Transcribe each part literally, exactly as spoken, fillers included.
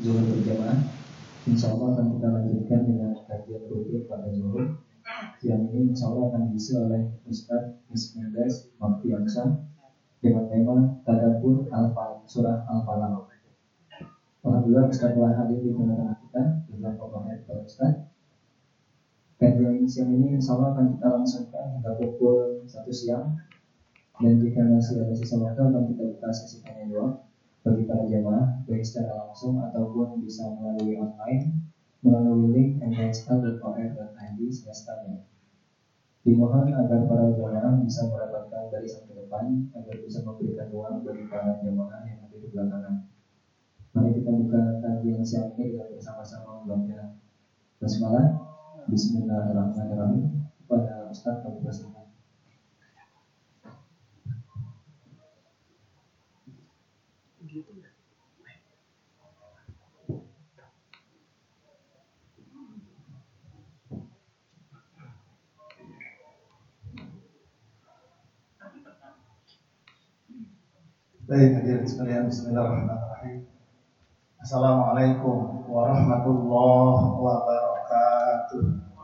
zuhur berjamaah. Insya Allah akan kita lanjutkan dengan kajian rutin pada zuhur. Yang ini insya Allah akan diisi oleh Ustaz Ismendas Martiansyah dengan tema Tadabbur Al-Falaq, Surah Al-Falaq. Alhamdulillah Ustaz telah hadir di tengah-tengah kita. Jazakallahu khairan Ustaz. Kajian siang ini insya Allah akan kita langsungkan hingga pukul satu siang. Dan jika masih ada sisa waktu akan kita buka sesi tanya jawab bagi para jamaah baik secara langsung ataupun bisa melalui online melalui link m h s k dot o r dot i d slash tanya. Dimohon agar para jamaah bisa merapatkan barisan ke depan agar bisa memberikan ruang bagi para jamaah yang ada di belakangan. Mari kita buka kajian siang ini dengan bersama-sama membaca basmalah. Bismillahirrahmanirrahim. Kepada Ustaz kami persilakan. Baik, hadirin sekalian, bismillahirrahmanirrahim. Assalamualaikum warahmatullahi wabarakatuh.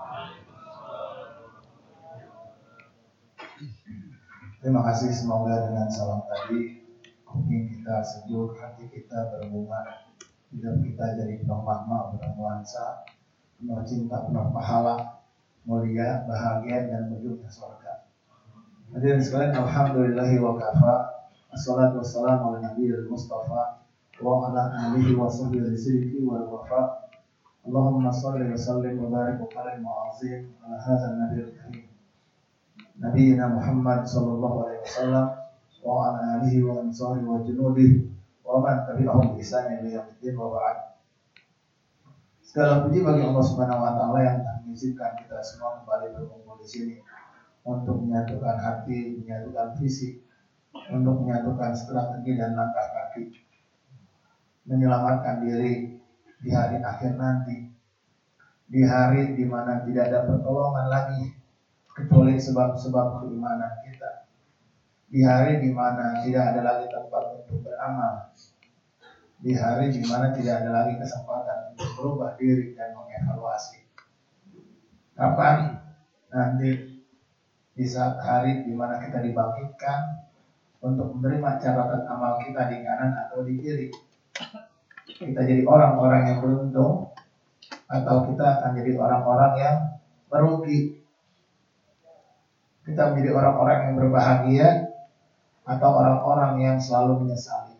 Terima kasih, semoga dengan salam tadi kuping kita sejuk, hati kita berbunga, hidup kita jadi penuh makna, penuh nuansa, penuh cinta, penuh pahala, mulia, bahagia, dan ujungnya surga. Hadirin sekalian, alhamdulillahi wa kafa. Assalatu wassalamu ala nabiyil mustafa wa ala alihi wa sahbihi sidiki wal wafa. Allahumma salli wa sallim wa barik wa karim wa azim ala hadha nabiyil karim Nabiina Muhammad sallallahu alaihi wasallam wa ala alihi wa ansari wa junudihi wa man tabi'ahum bi ihsan ila yaumil wa ba'd. Segala puji bagi Allah Subhanahu wa taala yang telah mengizinkan kita semua kembali berkumpul di sini untuk menyatukan hati, menyatukan visi, untuk menyatukan strategi dan langkah kaki, menyelamatkan diri di hari akhir nanti, di hari di mana tidak ada pertolongan lagi kecuali sebab-sebab keimanan kita, di hari di mana tidak ada lagi tempat untuk beramal, di hari di mana tidak ada lagi kesempatan untuk berubah diri dan mengevaluasi. Kapan? Nanti di saat hari di mana kita dibangkitkan untuk menerima catatan amal kita di kanan atau di kiri. Kita jadi orang-orang yang beruntung atau kita akan jadi orang-orang yang merugi. Kita menjadi orang-orang yang berbahagia atau orang-orang yang selalu menyesali.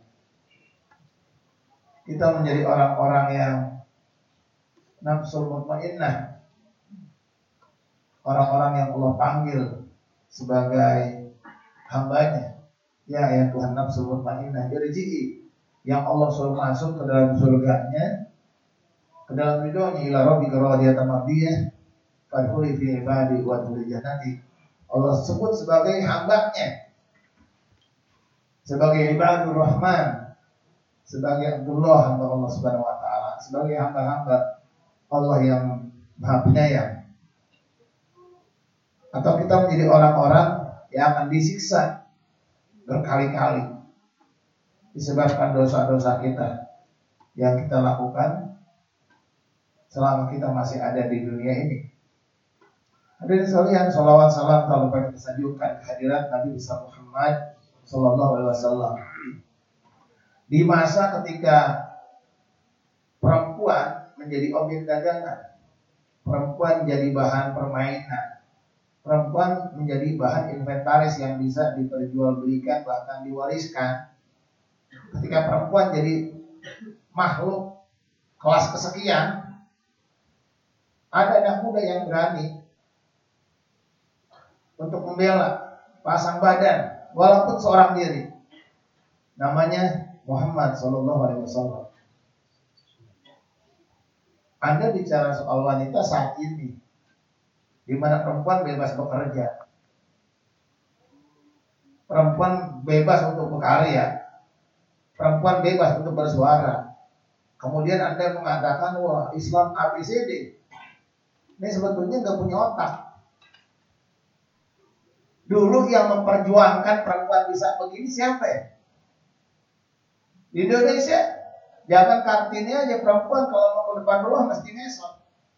Kita menjadi orang-orang yang nafsul mutmainnah, orang-orang yang Allah panggil sebagai hambanya. Ya, ya Tuhan nafsul mutmainnah, irji'i, yang Allah suruh masuk ke dalam surganya, ke dalam ridhonya, ila rabbika radiyatan mardiyah fadkhuli fi ibadi wa dkhuli jannati. Allah sebut sebagai hambanya, sebagai ibadur rahman, sebagai Abdullah, hamba Allah Subhanahu wa taala, sebagai hamba-hamba Allah yang Maha Penyayang. Atau kita menjadi orang-orang yang akan disiksa berkali-kali disebabkan dosa-dosa kita yang kita lakukan selama kita masih ada di dunia ini. Hadirin sekalian, salawat salam tak lupa kita sajukan kehadiran Nabi besar Muhammad sallallahu alaihi wasallam. Di masa ketika perempuan menjadi objek dagangan, perempuan menjadi bahan permainan, perempuan menjadi bahan inventaris yang bisa diperjualbelikan bahkan diwariskan. Ketika perempuan jadi makhluk kelas kesekian, ada anak muda yang berani untuk membela, pasang badan, walaupun seorang diri. Namanya Muhammad sallallahu alaihi wasallam. Anda bicara soal wanita saat ini, di mana perempuan bebas bekerja, perempuan bebas untuk berkarya, perempuan bebas untuk bersuara. Kemudian Anda mengatakan, wah Islam A B C D. Ini sebetulnya nggak punya otak. Dulu yang memperjuangkan perempuan bisa begini siapa ya? Di Indonesia Zaman Kartini aja perempuan kalau mau ke depan rumah mesti ngesot.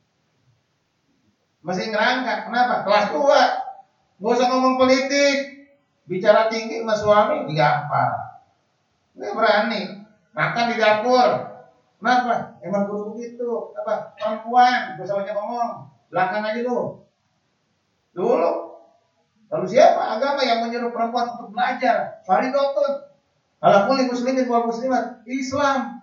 Mesti ngerangkak. Kenapa? Kelas dua. Gak usah ngomong politik. Bicara tinggi sama suami digampar. Gak berani. Makan di dapur. Kenapa? Emang kudu begitu. Apa? Perempuan. Gak usah banyak ngomong. Belakang aja lu. Dulu. Lalu siapa agama yang menyuruh perempuan untuk belajar? Faridotun. Ala kulli muslimin wal muslimat. Islam.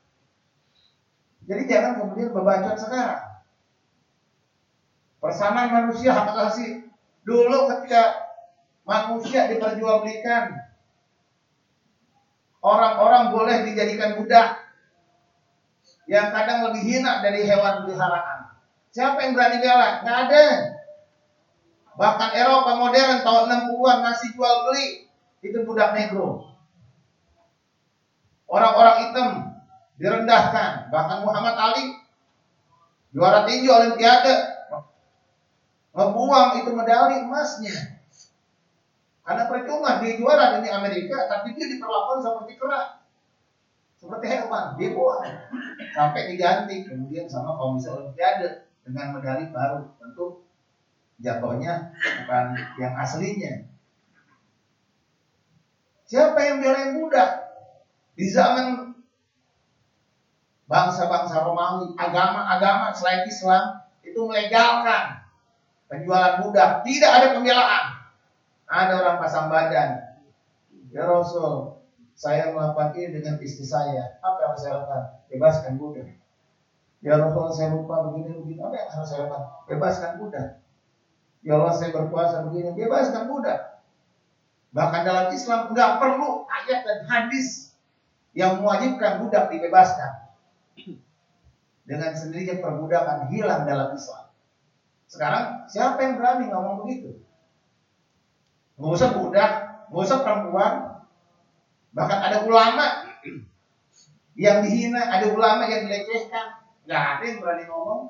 Jadi jangan kemudian berbacot sekarang. Persamaan manusia hak asasi. Dulu ketika manusia diperjualbelikan, orang-orang boleh dijadikan budak yang kadang lebih hina dari hewan peliharaan. Siapa yang berani bela? Nggak ada. Bahkan Eropa modern tahun enam puluhan masih jual beli. Itu budak negro. Orang-orang hitam direndahkan. Bahkan Muhammad Ali, juara tinju Olimpiade, ngebuang itu medali emasnya. Karena percuma dia juara di Amerika, tapi dia diperlakukan seperti kera, seperti hewan. Dia buang sampai diganti kemudian sama komisi Olimpiade dengan medali baru. Tentu jatuhnya bukan yang aslinya. Siapa yang belain budak? Di zaman bangsa-bangsa Romawi, agama-agama selain Islam itu melegalkan penjualan budak. Tidak ada pembelaan. Ada orang pasang badan. Ya Rasul, saya melakukan ini dengan istri saya. Apa yang harus saya lakukan? Bebaskan budak. Ya Rasul, saya lupa begini begini. Apa yang harus saya lakukan? Bebaskan budak. Ya Allah, saya berpuasa begini. Bebaskan budak. Bahkan dalam Islam nggak perlu ayat dan hadis yang mewajibkan budak dibebaskan. Dengan sendirinya perbudakan hilang dalam Islam. Sekarang siapa yang berani ngomong begitu? Nggak usah budak, nggak usah perempuan. Bahkan ada ulama yang dihina, ada ulama yang dilecehkan. Nggak ada yang berani ngomong.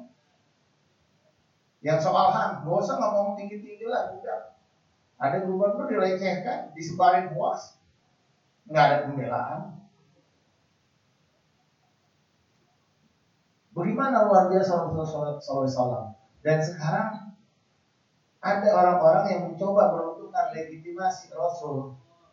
Yang soal H A M, nggak usah ngomong tinggi-tinggi lah budak. Ada gubernur dilecehkan, disebarin hoax. Nggak ada pembelaan. Bagaimana luar biasa Rasulullah shallallahu alaihi wasallam. Dan sekarang ada orang-orang yang mencoba meruntuhkan legitimasi Rasul.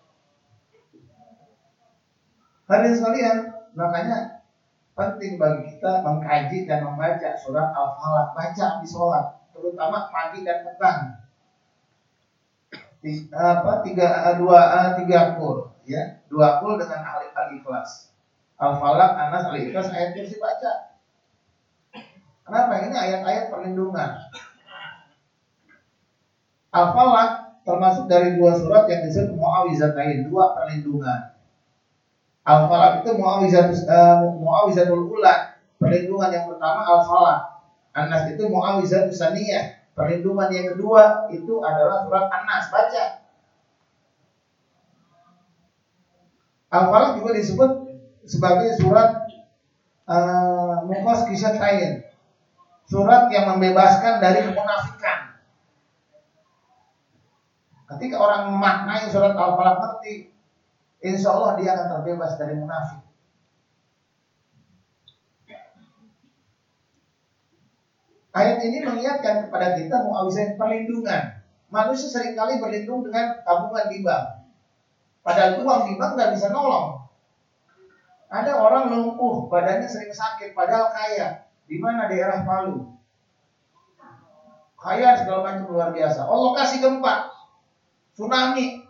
Hadirin sekalian, makanya penting bagi kita mengkaji dan membaca surat Al-Falaq, baca di sholat, terutama pagi dan petang. Tiga, apa tiga dua tiga kul, ya dua kul dengan Al-Ikhlas. Al-Falaq, Anas, Al-Ikhlas, ayat kursi baca. Kenapa? Ini ayat-ayat perlindungan. Al-Falaq termasuk dari dua surat yang disebut Mu'awizatain, dua perlindungan. Al-Falaq itu Mu'awizatul uh, Mu'awizatul Ula, perlindungan yang pertama Al-Falaq. An-Nas itu Mu'awizatul Saniyah, perlindungan yang kedua itu adalah surat An-Nas, baca. Al-Falaq juga disebut sebagai surat uh, Muqas Kisyatain, surat yang membebaskan dari kemunafikan. Ketika orang memaknai surat Al-Falaq ngerti, insya Allah dia akan terbebas dari munafik. Ayat ini mengingatkan kepada kita Mu'awizah perlindungan. Manusia seringkali berlindung dengan tabungan di bank. Padahal uang di bank nggak bisa nolong. Ada orang lumpuh, badannya sering sakit, padahal kaya. Di mana daerah Palu? Kaya segala macam luar biasa. Allah kasih gempa, tsunami.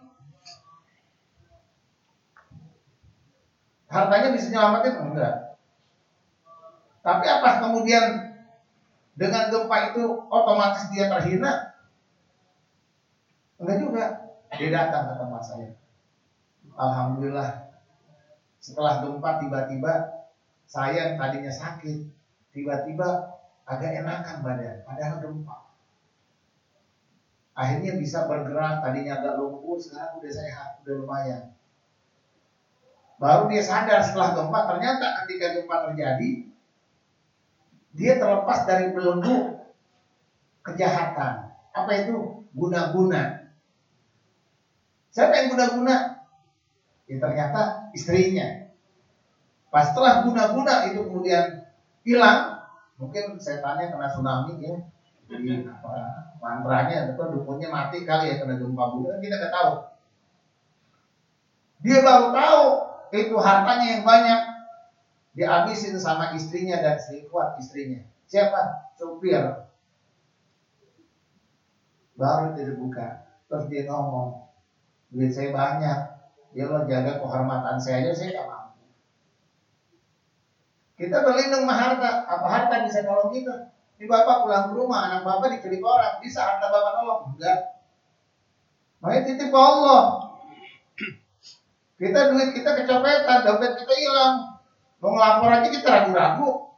Hartanya bisa nyelamatin? Enggak. Tapi apa kemudian dengan gempa itu otomatis dia terhina? Enggak juga. Dia datang ke tempat saya. Alhamdulillah. Setelah gempa tiba-tiba saya yang tadinya sakit, tiba-tiba agak enakan badan, padahal gempa. Akhirnya bisa bergerak, tadinya agak lumpuh, sekarang udah sehat, udah lumayan. Baru dia sadar setelah gempa, ternyata ketika gempa terjadi, dia terlepas dari belenggu kejahatan. Apa itu? Guna-guna. Siapa yang guna-guna? Ya ternyata istrinya. Pas setelah guna-guna itu kemudian hilang, mungkin setannya kena tsunami ya, jadi apa mantranya atau dukunnya mati kali ya kena gempa bumi, kan kita nggak tahu. Dia baru tahu itu hartanya yang banyak dihabisin sama istrinya dan selingkuh istrinya. Siapa? Supir. Baru dia buka, terus dia ngomong, duit saya banyak, dia lo jaga kehormatan saya aja saya nggak mampu. Kita berlindung sama harta, apa harta bisa nolong kita? Ini bapak pulang ke rumah, anak bapak diculik orang, bisa harta bapak nolong? Enggak. Makanya titip ke Allah. Kita duit kita kecopetan, dompet kita hilang, mau ngelapor aja kita ragu-ragu,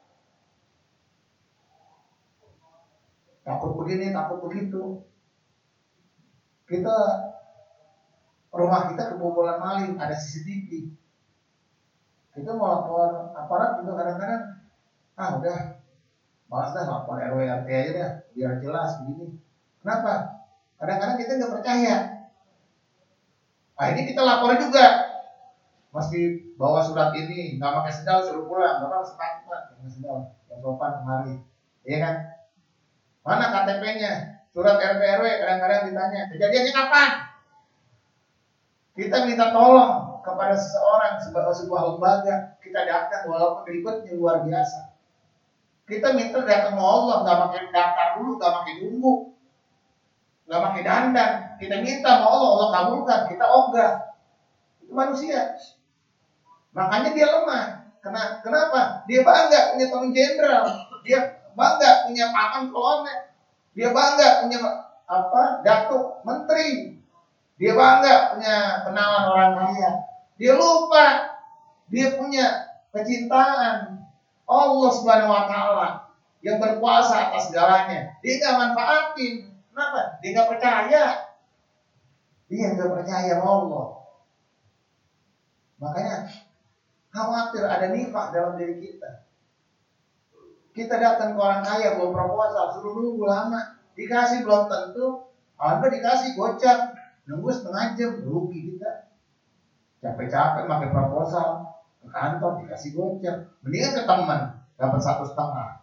takut begini, takut begitu. Kita rumah kita kebobolan maling, ada C C T V. Kita mau lapor aparat juga kadang-kadang, ah udah, malas dah lapor R W R T aja dah, biar jelas begini. Kenapa? Kadang-kadang kita nggak percaya. Nah ini kita lapor juga, mesti bawa surat ini, nggak pakai sendal suruh pulang, bapak sepakat pakai sendal, yang sopan kemari, iya kan? Mana K T P-nya? Surat R T R W kadang-kadang ditanya, kejadiannya kapan? Kita minta tolong kepada seseorang sebagai sebuah lembaga, kita datang walaupun ribetnya luar biasa. Kita minta datang ke Allah, nggak pakai daftar dulu, nggak pakai nunggu, nggak pakai dandan. Kita minta sama Allah, Allah kabulkan, kita ogah. Itu manusia. Makanya dia lemah. Kenapa? Dia bangga punya Tony Jenderal, dia bangga punya paman kolonel, dia bangga punya apa? Datuk menteri. Dia bangga punya kenalan orang kaya. Dia lupa dia punya kecintaan Allah Subhanahu wa taala yang berkuasa atas segalanya. Dia enggak manfaatin. Kenapa? Dia enggak percaya. Dia enggak percaya sama Allah. Makanya khawatir ada nifak dalam diri kita. Kita datang ke orang kaya bawa proposal, suruh nunggu lama, dikasih belum tentu, apa dikasih gocap. Nunggu setengah jam, rugi kita. Capek-capek pakai proposal ke kantor dikasih gocap. Mendingan ke teman dapat satu setengah.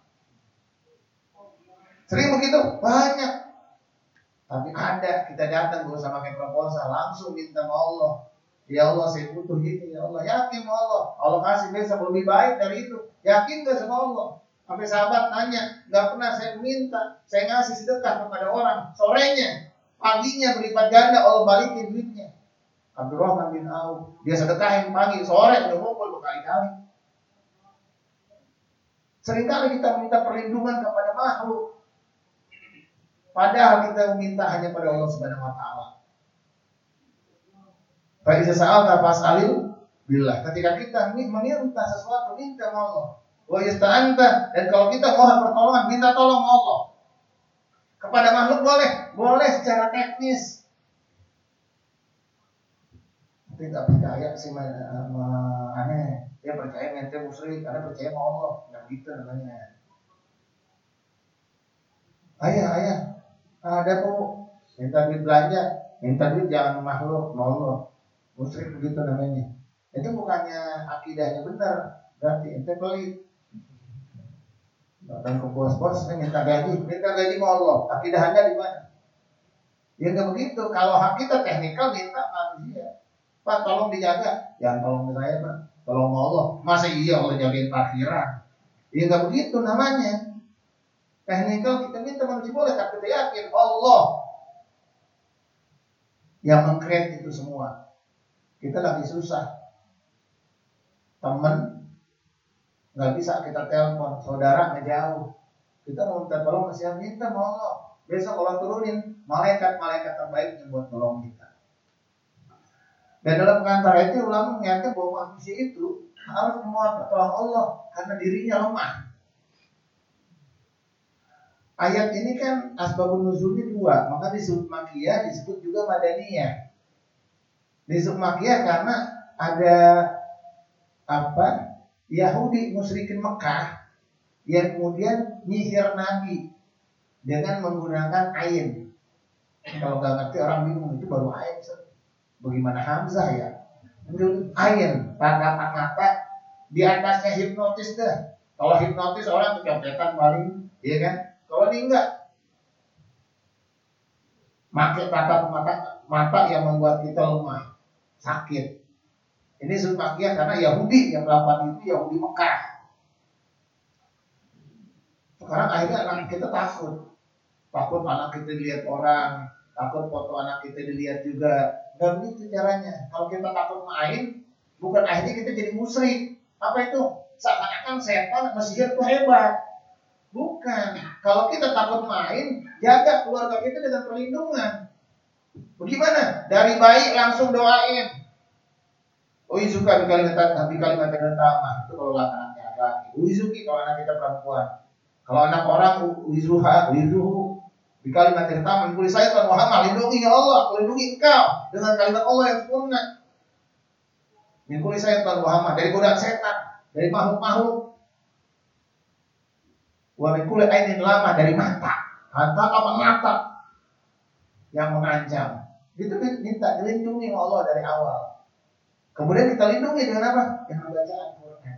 Sering begitu banyak. Tapi ada kita datang gak usah pakai proposal, langsung minta sama Allah. Ya Allah saya butuh ini, ya Allah yakin sama Allah. Allah kasih besok lebih baik dari itu. Yakin gak sama Allah? Sampai sahabat nanya, gak pernah saya minta, saya ngasih sedekah kepada orang. Sorenya, paginya berlipat ganda Allah balikin duitnya. Abdurrahman bin Auf, dia sedekahin pagi, sore udah ngumpul berkali-kali. Seringkali kita minta perlindungan kepada makhluk, padahal kita meminta hanya pada Allah Subhanahu wa taala. Fa iza sa'alta fas'alil billah. Ketika kita meminta sesuatu, minta sama Allah. Wa yasta'anta, dan kalau kita mohon pertolongan, minta tolong Allah. Kepada makhluk boleh, boleh secara teknis. Tapi nggak percaya sih sama aneh. Dia percaya mente musyrik, ada percaya sama Allah, nggak gitu namanya. Ayah, ayah, ada bu, minta duit belanja, minta duit jangan makhluk, mau Allah. Musyrik begitu namanya. Itu bukannya akidahnya benar, berarti ente pelit. Datang ke bos-bos, minta gaji, minta gaji sama Allah. Akidahnya di mana? Ya nggak begitu. Kalau hak kita teknikal minta manusia. Pak tolong dijaga, jangan tolong saya Pak, tolong Allah. Masa iya Allah jagain parkiran? Ya nggak begitu namanya. Teknikal kita minta manusia boleh, tapi kita yakin Allah yang meng-create itu semua. Kita lagi susah, teman nggak bisa kita telepon, saudara ngejauh, kita mau minta tolong masih minta sama Allah. Besok Allah turunin malaikat-malaikat terbaik yang buat tolong kita. Dan dalam perantara itu ulama mengingatkan bahwa manusia itu harus memohon pertolongan Allah karena dirinya lemah. Ayat ini kan asbabun nuzulnya dua, maka disebut Makkiyah, disebut juga Madaniyah. Disebut Makkiyah karena ada apa? Yahudi musyrikin Mekah yang kemudian nyihir Nabi dengan menggunakan ain. Kalau nggak ngerti orang bingung, itu baru ain. Bagaimana Hamzah ya? Ain, tatapan mata Di atasnya hipnotis dah. Kalau hipnotis orang kecopetan paling, iya kan? Kalau ini enggak. Pakai tatap mata, mata yang membuat kita lemah, sakit. Ini Zulmakiyah karena Yahudi yang melakukan itu, Yahudi Mekah. Sekarang akhirnya anak kita takut. Takut anak kita dilihat orang, takut foto anak kita dilihat juga. Dan itu caranya. Kalau kita takut main, bukan akhirnya kita jadi musyrik. Apa itu? Seakan-akan setan sama sihir itu hebat. Bukan. Kalau kita takut main, jaga keluarga kita dengan perlindungan. Bagaimana? Dari bayi langsung doain. Uizuka di kalimat di kalimat yang pertama itu kalau anaknya laki-laki. Uizuki kalau anak kita perempuan. Kalau anak orang uizuha, uizuhu di kalimat yang pertama. Kulis saya Tuhan Muhammad, lindungi ya Allah, lindungi engkau dengan kalimat Allah yang sempurna. Kulis saya Tuhan Muhammad dari godaan setan, dari makhluk-makhluk. Wa min kulli ainin lama dari mata. Mata apa mata yang mengancam. Itu minta dilindungi oleh Allah dari awal. Kemudian kita lindungi dengan apa? Dengan bacaan Quran.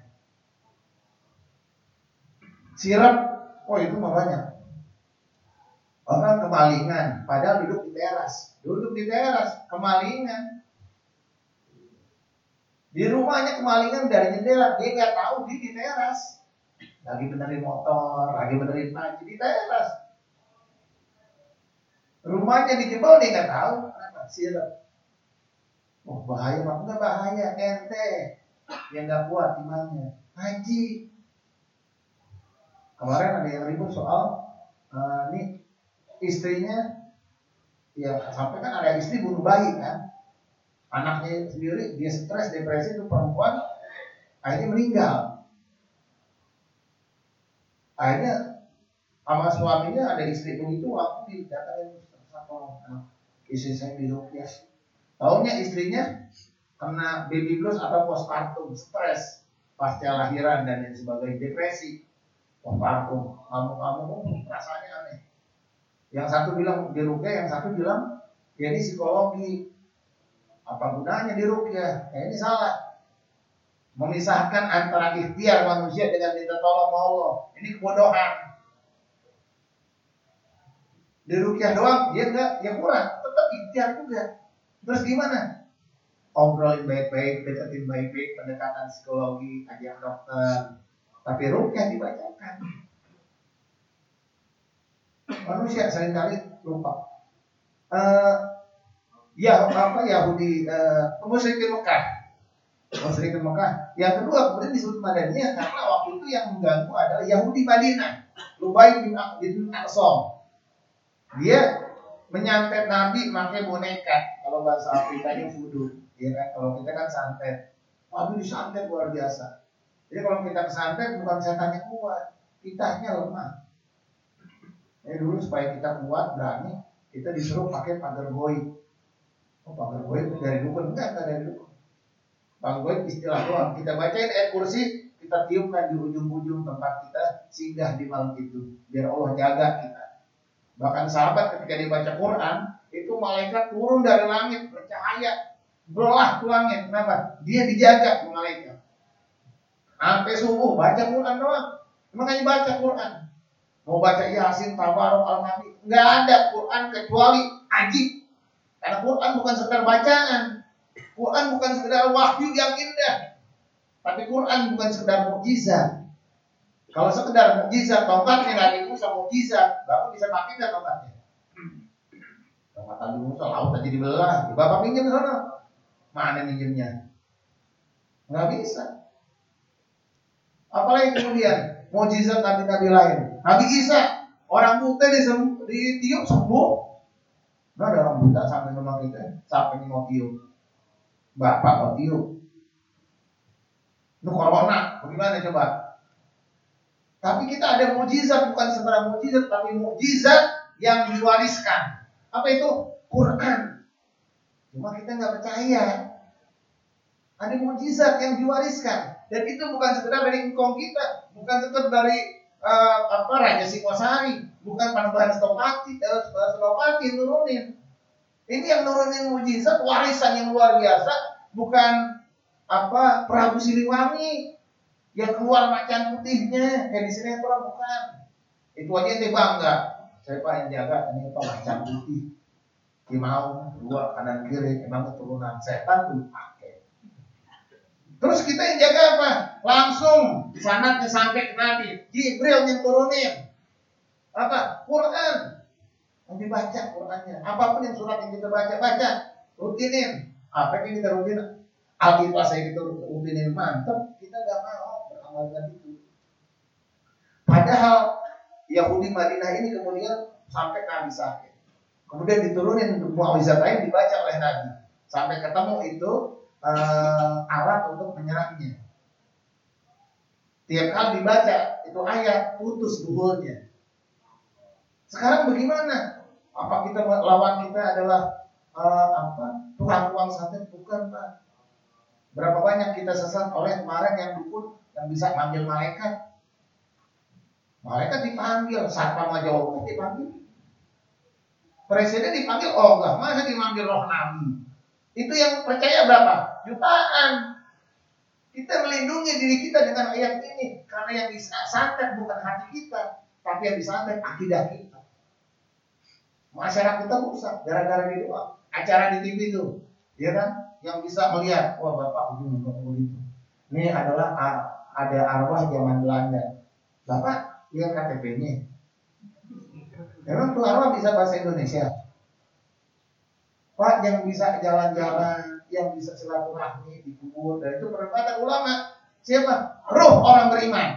Sirap, oh itu mah banyak. Orang kemalingan, padahal duduk di teras. Duduk di teras, kemalingan. Di rumahnya kemalingan dari jendela, dia nggak tahu dia di teras. Lagi benerin motor, lagi benerin panci di teras. Rumahnya dijebol dia nggak tahu, kenapa? Sirap. Oh bahaya, apa enggak bahaya? Ente yang nggak kuat imannya. Haji. Kemarin ada yang ribut soal uh, ini istrinya, ya sampai kan ada istri bunuh bayi kan, anaknya sendiri dia stres depresi itu perempuan, akhirnya meninggal. Akhirnya sama suaminya ada istri begitu, aku didatangin satu istri saya di Rukyah. Taunya istrinya kena baby blues atau postpartum, stres pasca lahiran dan lain sebagainya, depresi, postpartum, kamu-kamu rasanya aneh. Yang satu bilang di Rukyah, yang satu bilang ya ini psikologi. Apa gunanya di Rukyah? Ya ini salah. Memisahkan antara ikhtiar manusia dengan minta tolong Allah. Ini kebodohan. Di Rukyah doang, dia enggak, ya kurang, tetap ikhtiar juga. Terus gimana? Obrolin baik-baik, deketin baik-baik, pendekatan psikologi, ajak dokter. Tapi rukyah dibacakan. Manusia seringkali lupa. Uh, ya apa Yahudi, uh, musyrikin Mekah, musyrikin Mekah. Yang kedua kemudian disebut Madaniyah karena waktu itu yang mengganggu adalah Yahudi Madinah, Lubai bin Aqsom. Dia menyantet Nabi pakai boneka. Kalau bahasa Afrikanya voodoo, ya kan? Kalau kita kan santet. Nabi disantet luar biasa. Jadi kalau kita kesantet bukan setannya kuat, kitanya lemah. Jadi dulu supaya kita kuat, berani, kita disuruh pakai pagar goib. Oh, pagar goib dari dukun? Enggak, enggak dari dukun. Pagar goib istilah doang. Kita bacain ayat kursi, kita tiupkan di ujung-ujung tempat kita singgah di malam itu, biar Allah jaga kita. Bahkan sahabat ketika dibaca Quran, itu malaikat turun dari langit bercahaya, belah ke langit. Kenapa? Dia dijaga malaikat. Sampai subuh baca Quran doang. Makanya baca Quran. Mau baca Yasin, Tabarok, Al-Nabi, nggak ada Quran kecuali haji. Karena Quran bukan sekedar bacaan. Quran bukan sekedar wahyu yang indah. Tapi Quran bukan sekedar mukjizat. Kalau sekedar mukjizat, tongkatnya Nabi Musa mukjizat, Bapak bisa pakai nggak tongkatnya? Tongkat Nabi Musa laut aja dibelah, Bapak pinjam sana. Mana pinjamnya? Nggak bisa. Apalagi kemudian mukjizat Nabi-Nabi lain. Nabi Isa, orang buta ditiup sembuh. Nggak ada orang buta sampai rumah kita, sampai mau tiup. Bapak mau tiup. Itu corona, bagaimana coba? Tapi kita ada mukjizat, bukan sekedar mukjizat, tapi mukjizat yang diwariskan. Apa itu? Quran. Cuma kita nggak percaya. Ada mukjizat yang diwariskan, dan itu bukan sekedar dari engkong kita, bukan sekedar dari uh, apa Raja Singosari, bukan Panembahan Senopati, uh, Senopati nurunin. Ini yang nurunin mukjizat, warisan yang luar biasa, bukan apa Prabu Siliwangi. yang keluar macan putihnya kayak di sinetron bukan. Itu aja ente bangga. Saya Pak yang jaga ini apa macan putih. Kimau dua kanan kiri emang keturunan setan tuh pakai. Terus kita yang jaga apa? Langsung sanadnya sampai ke Nabi. Jibril yang turunin apa? Quran. Yang dibaca Qurannya. Apapun yang surat yang kita baca baca rutinin. Apa yang kita rutin? Al-Ikhlas yang kita rutinin mantap. Kita gak mau beramalkan itu. Padahal Yahudi Madinah ini kemudian sampai Nabi sakit. Kemudian diturunin mu'awizat lain dibaca oleh Nabi. Sampai ketemu itu uh, alat untuk menyerangnya. Tiap kali dibaca itu ayat putus duhulnya. Sekarang bagaimana? Apa kita lawan kita adalah uh, apa? Tukang-tukang santet? Bukan, Pak. Berapa banyak kita sesat oleh kemarin yang dukun yang bisa manggil malaikat. Malaikat dipanggil, satpam aja Allah dipanggil. Presiden dipanggil, oh enggak, masa dipanggil roh nabi. Itu yang percaya berapa? Jutaan. Kita melindungi diri kita dengan ayat ini. Karena yang disantet bukan hati kita, tapi yang disantet akidah kita. Masyarakat kita rusak gara-gara di doa. Acara di T V itu, ya kan? Yang bisa melihat, wah bapak begini, bapak begitu. Ini adalah ada arwah zaman Belanda. Bapak lihat K T P-nya. Memang tuh arwah bisa bahasa Indonesia. Pak yang bisa jalan-jalan, yang bisa silaturahmi di kubur, dan itu perkataan ulama. Siapa? Ruh orang beriman.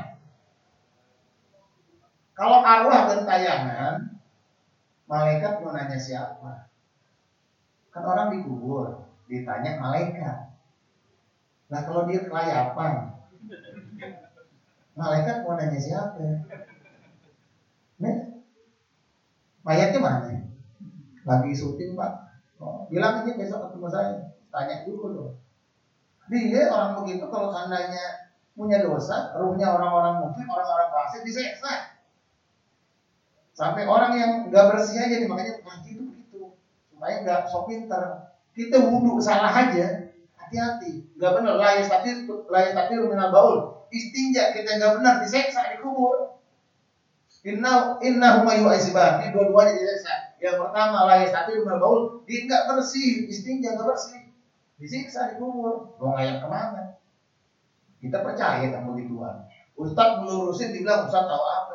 Kalau arwah gentayangan, malaikat mau nanya siapa? Kan orang dikubur, ditanya malaikat. Nah kalau dia kelayapan, malaikat mau nanya siapa? Nih, mayatnya mana? Lagi syuting Pak. Oh, bilang aja besok ketemu saya. Tanya dulu dong. Dia orang begitu kalau seandainya punya dosa, ruhnya orang-orang mungkin orang-orang fasik diseksa. Sampai orang yang nggak bersih aja nih, makanya ngaji itu begitu. Supaya nggak sok pinter. Kita wudhu salah aja, hati-hati. Nggak benar, layas tapi layas tapi ruminal baul. Istinja kita nggak benar diseksa di kubur. Inna inna humayu aisibah. Ini dua-duanya diseksa. Yang pertama layas tapi ruminal baul, dia nggak bersih, istinja nggak bersih, disiksa di kubur. Mau ngayap kemana? Kita percaya sama begituan. Ustaz melurusin dibilang Ustaz tahu apa?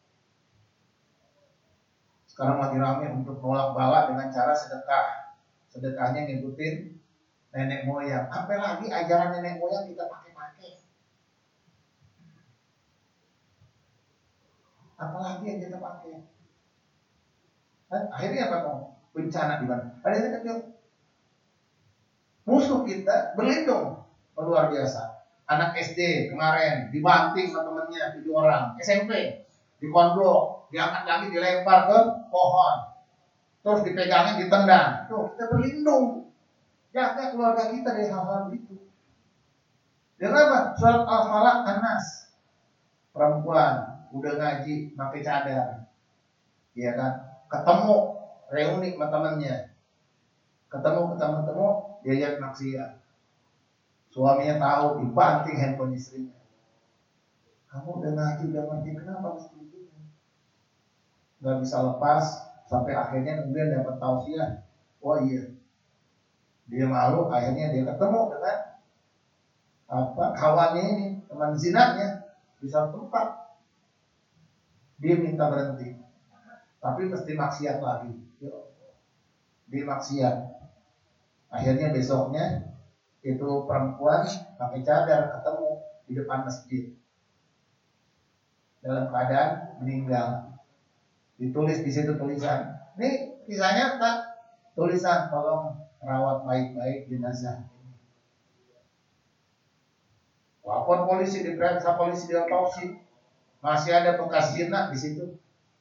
Sekarang lagi rame untuk nolak bala dengan cara sedekah. Sedekahnya ngikutin nenek moyang. Apa lagi ajaran nenek moyang kita pakai-pakai? Apalagi yang kita pakai? Dan akhirnya apa dong? Bencana di mana? Ada yang kecil. Musuh kita berlindung luar biasa. Anak S D kemarin dibanting sama temennya tujuh orang. S M P dikonblok, diangkat lagi dilempar ke pohon, terus dipegangin ditendang. Tuh kita berlindung. Jaga keluarga kita dari hal-hal itu. Dan apa? Surat Al-Falaq An-Nas. Perempuan udah ngaji pakai cadar, iya kan? Ketemu reuni sama temennya, ketemu ketemu-temu dia lihat maksiat. Suaminya tahu, dibanting handphone istrinya. Kamu udah ngaji, udah ngerti, kenapa mesti begini? Gak bisa lepas sampai akhirnya kemudian dapat tausiah. Oh iya, dia malu, akhirnya dia ketemu dengan apa kawannya ini, teman zinanya di satu tempat. Dia minta berhenti, tapi mesti maksiat lagi. Dia maksiat. Akhirnya besoknya itu perempuan pakai cadar ketemu di depan masjid dalam keadaan meninggal. Ditulis di situ tulisan. Ini kisahnya tak tulisan, tolong rawat baik-baik jenazah ini. Lapor polisi, diperiksa polisi, diotopsi. Masih ada bekas jinak di situ.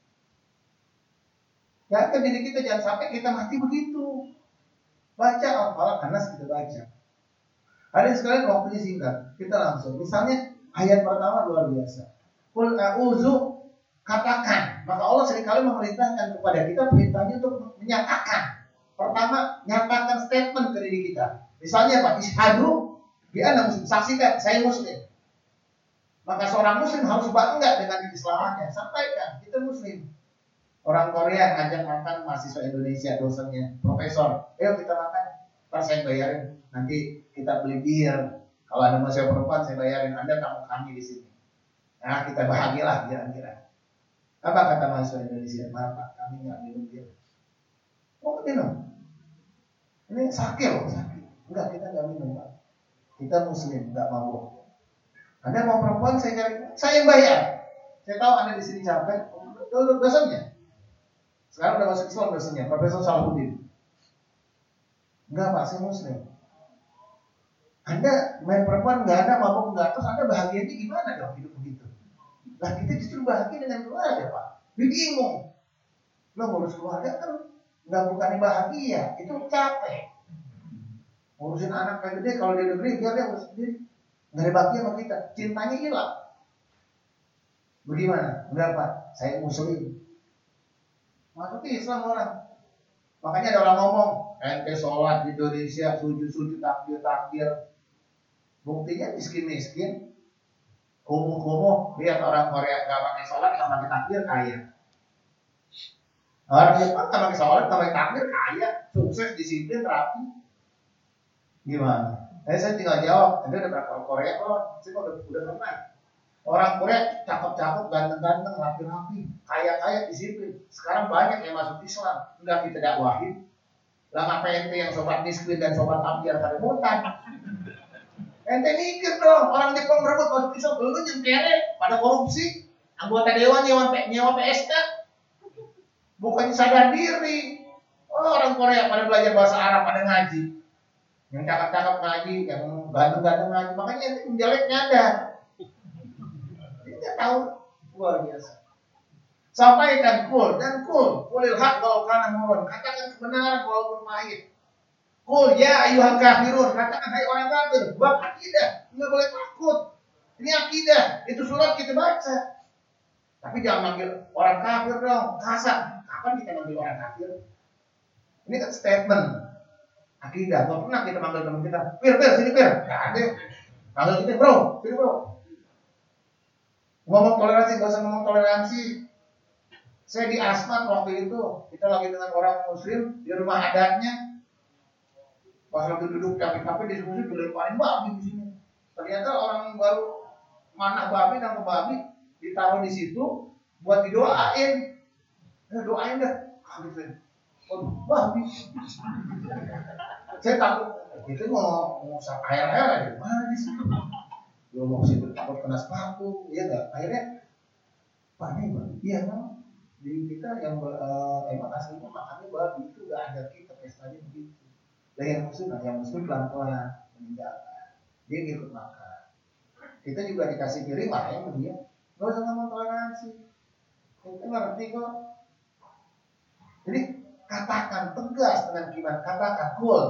Jaga diri kita jangan sampai kita mati begitu. Baca Al-Falaq An-Nas kita baca. Ada sekalian waktunya singkat. Kita langsung. Misalnya ayat pertama luar biasa. Qul a'udzu, katakan. Maka Allah seringkali memerintahkan kepada kita perintahnya untuk menyatakan. Pertama, nyatakan statement ke diri kita. Misalnya apa? Isyhadu bi anna muslim. Saksikan saya muslim. Maka seorang muslim harus bangga dengan keislamannya. Sampaikan, kita muslim. Orang Korea ngajak makan mahasiswa Indonesia, dosennya, profesor. Ayo kita makan, ntar saya bayarin. Nanti kita beli bir. Kalau ada mahasiswa perempuan, saya bayarin. Anda tamu kami di sini. Nah, kita bahagialah kira-kira. Apa kata mahasiswa Indonesia? Maaf Pak, kami nggak minum bir. Oh, minum. Ini sakit loh, sakit. Enggak, kita nggak minum Pak. Kita muslim, nggak mabuk. Anda mau perempuan, saya cari, saya yang bayar. Saya tahu Anda di sini capek. Dulu dosennya. Sekarang udah masuk Islam dosennya, Profesor Salahuddin. Enggak Pak, saya muslim. Anda main perempuan nggak ada, mabuk nggak, terus Anda bahagianya gimana dong hidup begitu? Nah kita justru bahagia dengan keluarga Pak. Dia bingung. Lo ngurus keluarga kan nggak bukan bahagia, itu capek. Ngurusin anak kayak gede, kalau dia negeri biar dia urus sendiri. Nggak ada bahagia sama kita, cintanya hilang. Bagaimana? Enggak Pak, saya muslim. Masuk Islam orang. Makanya ada orang ngomong, ente sholat di Indonesia, sujud-sujud, takbir-takbir. Buktinya miskin-miskin. Kumuh-kumuh, lihat orang Korea gak pakai sholat, gak pakai takbir, kaya. Orang Jepang gak pakai sholat, gak pakai takbir, kaya. Sukses, disiplin, rapi. Gimana? Eh, saya tinggal jawab, ada berapa Korea kok? Saya udah udah pernah. Orang Korea cakep-cakep, ganteng-ganteng, rapi-rapi, kaya-kaya, disiplin. Sekarang banyak yang masuk Islam, enggak kita dakwahin. Lah ngapain ente yang sobat miskin dan sobat takbir pada mutan? Ente mikir dong, orang Jepang berebut masuk Islam, lu nyengkere, pada korupsi, anggota dewan nyewa, nyewa P S K, bukannya sadar diri. Oh, orang Korea pada belajar bahasa Arab, pada ngaji, yang cakep-cakep ngaji, yang ganteng-ganteng ngaji, makanya ente menjelek nyadar. Dia tahu, luar biasa. Sampaikan kul dan kul, kulil haq walau kana murun, katakan kebenaran walaupun pahit. Kul ya ayyuhal kafirun, katakan hai orang kafir, bab akidah, enggak boleh takut. Ini akidah, itu surat kita baca. Tapi jangan manggil orang kafir dong, kasar. Kapan kita manggil orang kafir? Ini kan statement akidah. Enggak pernah kita manggil teman kita, "Pir, pir, sini pir." Enggak ada. Manggil kita, "Bro, sini bro." Ngomong toleransi, enggak usah ngomong toleransi. Saya di Asmat waktu itu, kita lagi dengan orang muslim di rumah adatnya. Pas lagi duduk kafe-kafe diskusi dilemparin babi di sini. Ternyata orang baru mana babi dan babi ditaruh di situ buat didoain. Ya, doain dah. Kaget. Oh, babi. Saya takut. Itu mau mau air-air aja. Mana di situ? Dia mau sih takut kena sepatu, ya enggak? Akhirnya Pak ini babi. Iya, Bang. Di kita yang uh, emang aslinya makannya babi itu enggak ada kita pestanya begitu. Dan yang muslim, yang muslim pelan-pelan meninggalkan, dia ikut makan. Kita juga dikasih piring lain dia, nggak usah ngomong toleransi. Kita ngerti kok. Jadi katakan tegas dengan iman, katakan kul.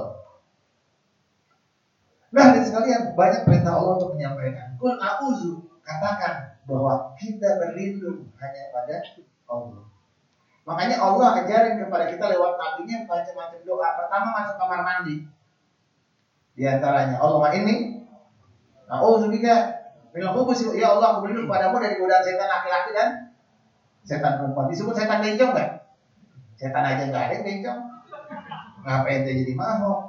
Nah, dan sekalian banyak perintah Allah untuk menyampaikan. Kul a'udzu, katakan bahwa kita berlindung hanya pada Allah. Makanya Allah ajarin kepada kita lewat nabinya macam-macam doa. Pertama masuk kamar mandi. Di antaranya Allahumma inni a'udzubika minal khubuthi. Ya Allah, aku berlindung padamu dari godaan setan laki-laki dan setan perempuan. Disebut setan bencong enggak? Setan aja enggak ada yang bencong. Ngapain dia jadi mabok?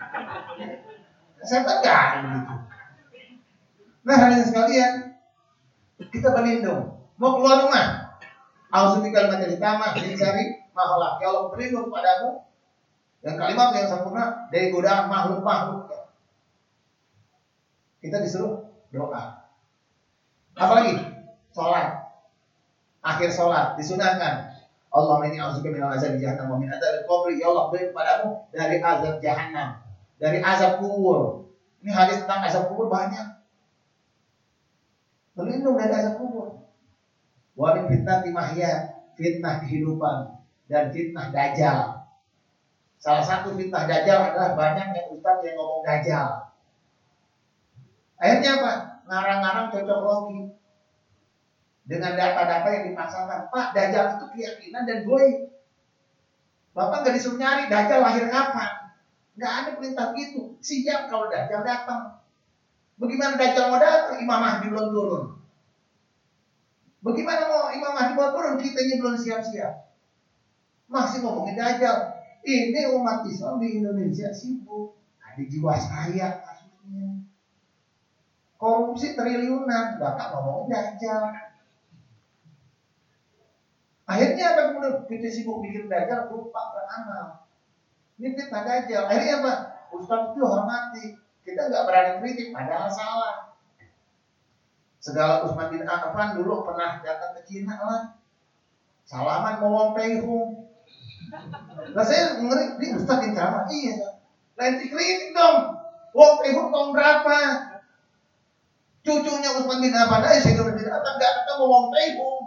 Setan enggak ada begitu. Nah, hadirin sekalian, kita berlindung. Mau keluar rumah, Auzubillahi minasyaitonir rajim min syarri ma khalaq. Ya Allah, berlindung padamu dan kalimat yang sempurna dari godaan makhluk-makhluk. Kita disuruh doa. Apalagi salat. Akhir salat disunahkan. Allahumma inni a'udzubika minal azabi jahannam wa min adzabil qabr. Ya Allah, berlindung padamu dari azab jahannam, dari azab kubur. Ini hadis tentang azab kubur banyak. Berlindung dari azab kubur. Wa min fitnati mahya, fitnah kehidupan dan fitnah dajjal. Salah satu fitnah dajjal adalah banyaknya ustaz yang ngomong dajjal. Akhirnya apa? Ngarang-ngarang cocok logi dengan data-data yang dipasangkan. Pak, dajjal itu keyakinan dan goib. Bapak nggak disuruh nyari dajjal lahir kapan? Nggak ada perintah gitu. Siap kalau dajjal datang. Bagaimana dajjal mau datang? Imam Mahdi belum turun. Bagaimana mau Imam Mahdi mau turun, kitanya belum siap-siap. Masih ngomongin Dajjal. Ini umat Islam di Indonesia sibuk. Ada Jiwasraya kasusnya. Korupsi triliunan, Bapak ngomongin Dajjal. Akhirnya apa? Kita sibuk bikin Dajjal, lupa beramal. Ini fitnah Dajjal. Akhirnya apa? Ustaz itu hormati. Kita nggak berani kritik, padahal salah. Segala Utsman bin Affan dulu pernah datang ke Cina lah. Salaman mau wong peihung. Nah saya ngeri, ini Ustaz yang ceramah. Iya. Nanti kritik dong. Wong peihung tahun berapa? Cucunya Utsman bin Affan aja saya bin Affan nggak ketemu wong peihung.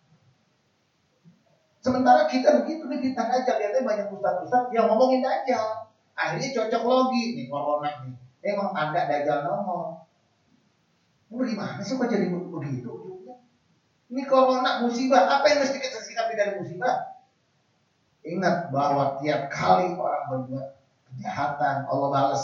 Sementara kita begitu nih, kita aja lihatnya banyak ustaz-ustaz yang ngomongin Dajjal. Akhirnya cocok logi nih corona nih. Emang tanda Dajjal nongol. Ini bagaimana sih kok jadi begitu? Ini corona musibah. Apa yang mesti kita sikapi dari musibah? Ingat bahwa tiap kali orang berbuat kejahatan, Allah balas.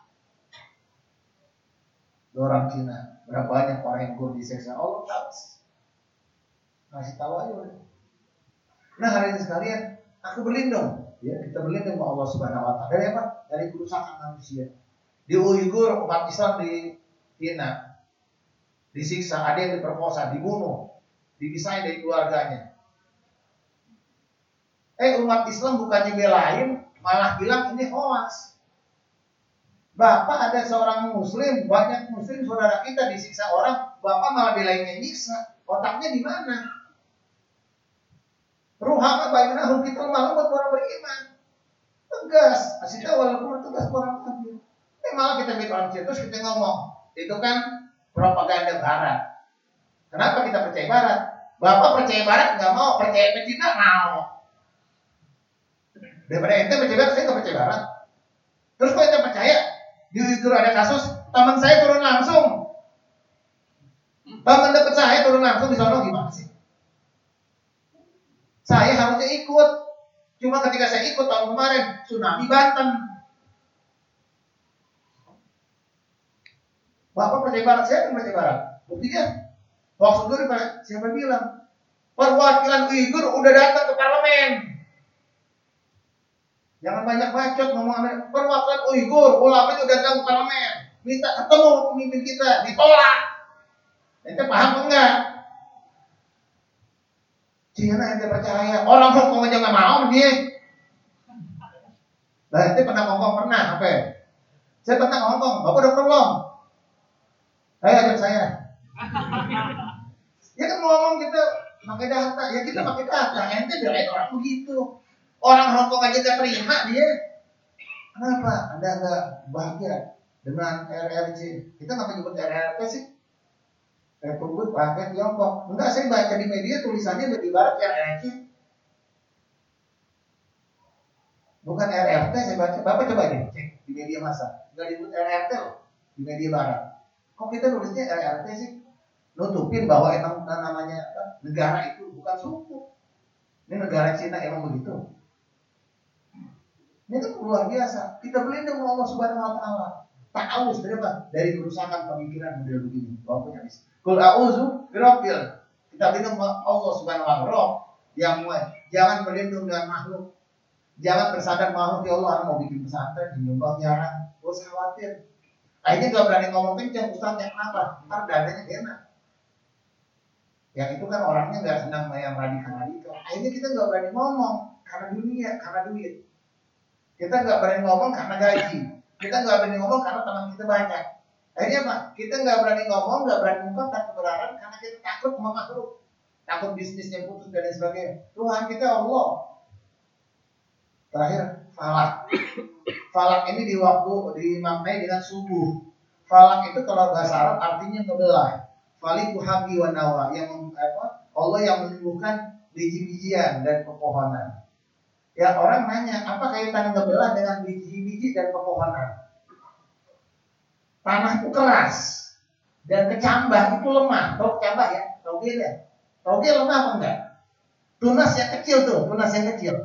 Orang Cina, berapa banyak orang yang kurang diseksa, Allah balas. Kasih tahu aja udah. Nah hari ini sekalian, aku berlindung. Ya, kita berlindung sama Allah Subhanahu Wa Taala. Dari apa? Dari kerusakan manusia. Di Uighur, umat Islam di Cina disiksa, ada yang diperkosa, dibunuh, dipisahin dari keluarganya. Eh umat Islam bukannya belain, malah bilang ini hoax. Bapak ada seorang muslim, banyak muslim saudara kita disiksa orang, bapak malah belainnya nyiksa. Otaknya di mana? Ruhama bainahum, kita malu buat orang beriman. Tegas, kasih tahu walaupun tegas orang kafir. Eh malah kita bikin orang terus kita ngomong, itu kan propaganda Barat. Kenapa kita percaya Barat? Bapak percaya Barat nggak mau, percaya ke Cina mau. Daripada ente percaya Barat, saya nggak percaya Barat. Terus kok ente percaya? Di Uighur ada kasus, teman saya turun langsung. Teman dekat saya turun langsung di sana, gimana sih? Saya harusnya ikut. Cuma ketika saya ikut tahun kemarin, tsunami Banten. Bapak percaya Barat, saya kan percaya Barat. Buktinya, waktu itu siapa bilang? Perwakilan Uighur udah datang ke parlemen. Jangan banyak bacot ngomong Amerika. Perwakilan Uighur, ulama itu datang ke parlemen. Minta ketemu pemimpin kita, ditolak. Ente paham enggak? Cina ente percaya, orang Hongkong aja nggak mau dia. Nah ente pernah Hongkong pernah apa? Saya pernah ke Hongkong, bapak udah belum? Ayo ajak saya. Ya kan ngomong kita pakai data, ya kita pakai data. Ente belain orang begitu. Orang Hongkong aja nggak terima dia. Kenapa? Anda nggak bahagia dengan R R C? Kita nggak menyebut R R T sih? Republik Rakyat Tiongkok. Enggak, saya baca di media tulisannya lebih barat R R C. Bukan R R T saya baca. Bapak coba deh cek di media massa. Enggak disebut R R T loh di media barat. Kok kita nulisnya R R T sih? Nutupin bahwa emang namanya negara itu bukan suku. Ini negara Cina emang begitu. Ini tuh luar biasa. Kita berlindung sama Allah Subhanahu Wa Taala. Ta'awuz dari apa? Dari kerusakan pemikiran model begini. Bapaknya habis. Qul a'udzu birabbil. Kita berlindung sama Allah Subhanahu wa taala yang jangan berlindung dengan makhluk. Jangan bersandar makhluk ya Allah mau bikin pesantren nyumbang jarang. Gak usah khawatir. Akhirnya gak berani ngomong kencang, Ustaz yang kenapa? Ntar dadanya enak. Yang itu kan orangnya gak senang yang radikal-radikal. Akhirnya kita gak berani ngomong karena dunia, karena duit. Kita gak berani ngomong karena gaji. Kita nggak berani ngomong karena teman kita banyak. Akhirnya apa? Kita nggak berani ngomong, nggak berani mengungkapkan kebenaran karena kita takut sama makhluk, takut bisnisnya putus dan lain sebagainya. Tuhan kita Allah. Terakhir, falak. Falak ini di waktu dimaknai dengan subuh. Falak itu kalau bahasa Arab artinya ngebelah. Faliku habi wa nawa, yang apa? Allah yang menyembuhkan biji-bijian dan pepohonan. Ya orang nanya, apa kaitan ngebelah dengan biji-biji dan pepohonan? Tanah itu keras dan kecambah itu lemah. Tahu kecambah ya? Toge ya? Toge lemah apa enggak? Tunas yang kecil tuh, tunas yang kecil.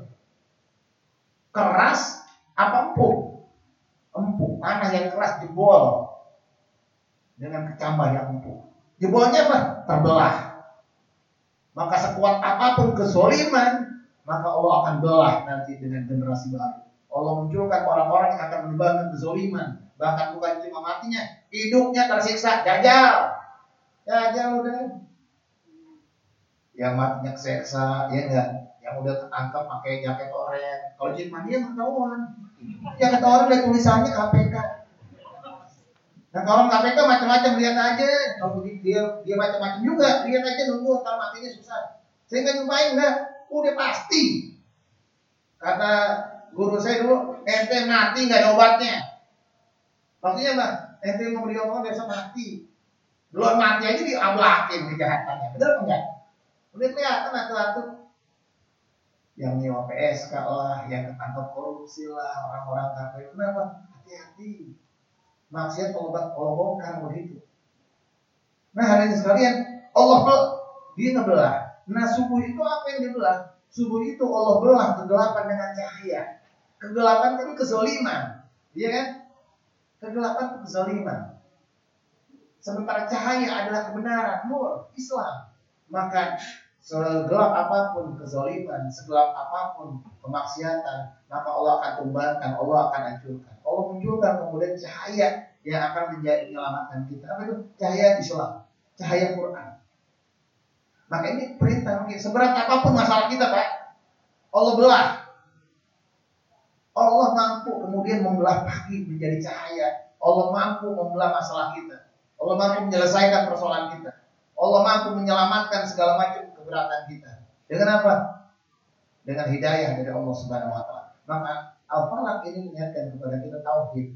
Keras apa empuk? Empuk. Tanah yang keras jebol dengan kecambah yang empuk. Jebolnya apa? Terbelah. Maka sekuat apapun kezoliman, maka Allah akan belah nanti dengan generasi baru. Allah munculkan orang-orang yang akan menyebarkan kezoliman. Bahkan bukan cuma matinya, hidupnya tersiksa, jajal. Jajal udah. Yang matinya keseksa, ya enggak? Yang udah tertangkap pakai jaket oranye. Kalau Cik Mania ketahuan. Jaket oranye ada tulisannya K P K. Nah kalau K P K macam-macam, lihat aja. Kalau dia dia macam-macam juga, lihat aja nunggu ntar matinya susah. Saya nggak nyumpain enggak, udah pasti. Kata guru saya dulu, ente mati nggak ada obatnya. Maksudnya apa? Ente mau beli obat besok mati. Belum mati aja diablakin kejahatannya, benar enggak? Udah kelihatan atu-atu. Yang nyewa P S K lah, yang ketangkep korupsi lah, orang-orang K P U. Kenapa? Hati-hati. Maksiat obat Allah bongkar begitu. Nah hari ini sekalian, Allah dia ngebelah. Nah subuh itu apa yang dibelah? Subuh itu Allah belah kegelapan dengan cahaya. Kegelapan itu kezaliman, iya kan? Kegelapan itu kezaliman. Sementara cahaya adalah kebenaran, nur, Islam. Maka segelap apapun kezaliman, segelap apapun kemaksiatan, maka Allah akan tumbangkan, Allah akan hancurkan. Allah munculkan kemudian cahaya yang akan menjadi menyelamatkan kita. Apa itu? Cahaya Islam, cahaya Quran. Maka ini perintah, seberat apapun masalah kita, Pak, Allah belah. Allah mampu kemudian membelah pagi menjadi cahaya. Allah mampu membelah masalah kita. Allah mampu menyelesaikan persoalan kita. Allah mampu menyelamatkan segala macam keberatan kita. Dengan apa? Dengan hidayah dari Allah Subhanahu wa taala. Maka Al-Falaq ini mengingatkan kepada kita tauhid.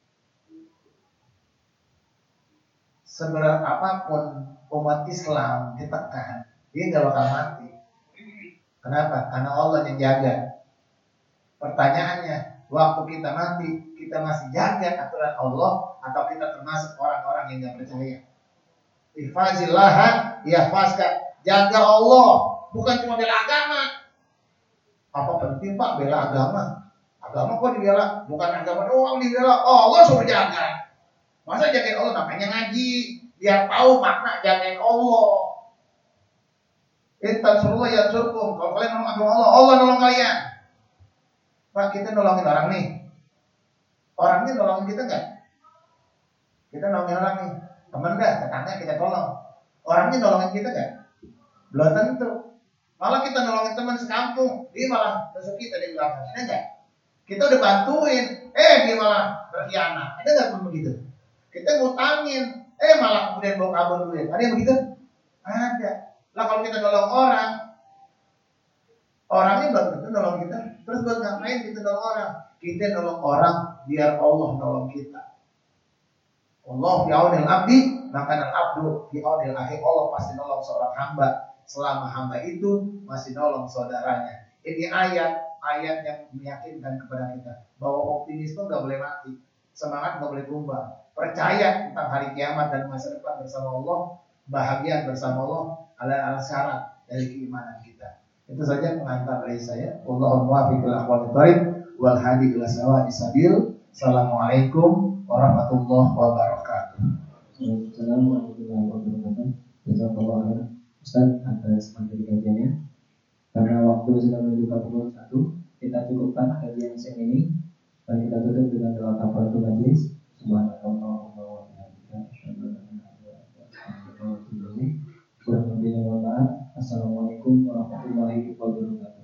Seberat apapun umat Islam ditekan, dia nggak bakal mati. Kenapa? Karena Allah yang jaga. Pertanyaannya, waktu kita mati, kita masih jaga aturan Allah atau kita termasuk orang-orang yang nggak percaya? Ihfazillah yahfazka. Jaga Allah, bukan cuma bela agama. Apa penting Pak bela agama? Agama kok dibela? Bukan agama doang dibela. Oh, Allah suruh jaga. Masa jagain Allah? Makanya ngaji, biar tahu makna jagain Allah. Intan suruh ya surkum. Kalau kalian nolong agama Allah, Allah nolong kalian. Pak, kita nolongin orang nih. Orang ini nolongin kita enggak? Kita nolongin orang nih. Teman dah, tetangga kita tolong. Orangnya nolongin kita enggak? Belum tentu. Malah kita nolongin teman sekampung, dia malah nusuk kita di belakang. Ada enggak? Kita udah bantuin, eh dia malah berkhianat. Ada enggak pun begitu? Kita ngutangin, eh malah kemudian bawa kabur duit. Ada yang begitu? Ada. Lah kalau kita nolong orang, orangnya belum tentu nolong kita. Terus buat ngapain kita nolong orang? Kita nolong orang biar Allah nolong kita. Allah fi aunil abdi, maka al abdu fi aunil akhi. Allah pasti nolong seorang hamba selama hamba itu masih nolong saudaranya. Ini ayat ayat yang meyakinkan kepada kita bahwa optimisme nggak boleh mati, semangat nggak boleh tumbang. Percaya tentang hari kiamat dan masa depan bersama Allah, bahagia bersama Allah adalah syarat dari keimanan kita. Itu saja pengantar dari saya. Wallahu muwaffiq ila aqwamit thoriq wal hadi ila sawa'is sabil. Assalamualaikum warahmatullahi wabarakatuh. Assalamualaikum warahmatullahi wabarakatuh. Jazakallahu khairan Ustaz atas materi kajiannya. Karena waktu sudah menuju pukul satu, kita cukupkan kajian siang ini dan kita tutup dengan doa kafaratul majelis. Subhanallah wa bihamdihi asyhadu an la ilaha illa anta astaghfiruka wa atubu ilaik. Kurang lebihnya mohon maaf. Assalamualaikum warahmatullahi wabarakatuh.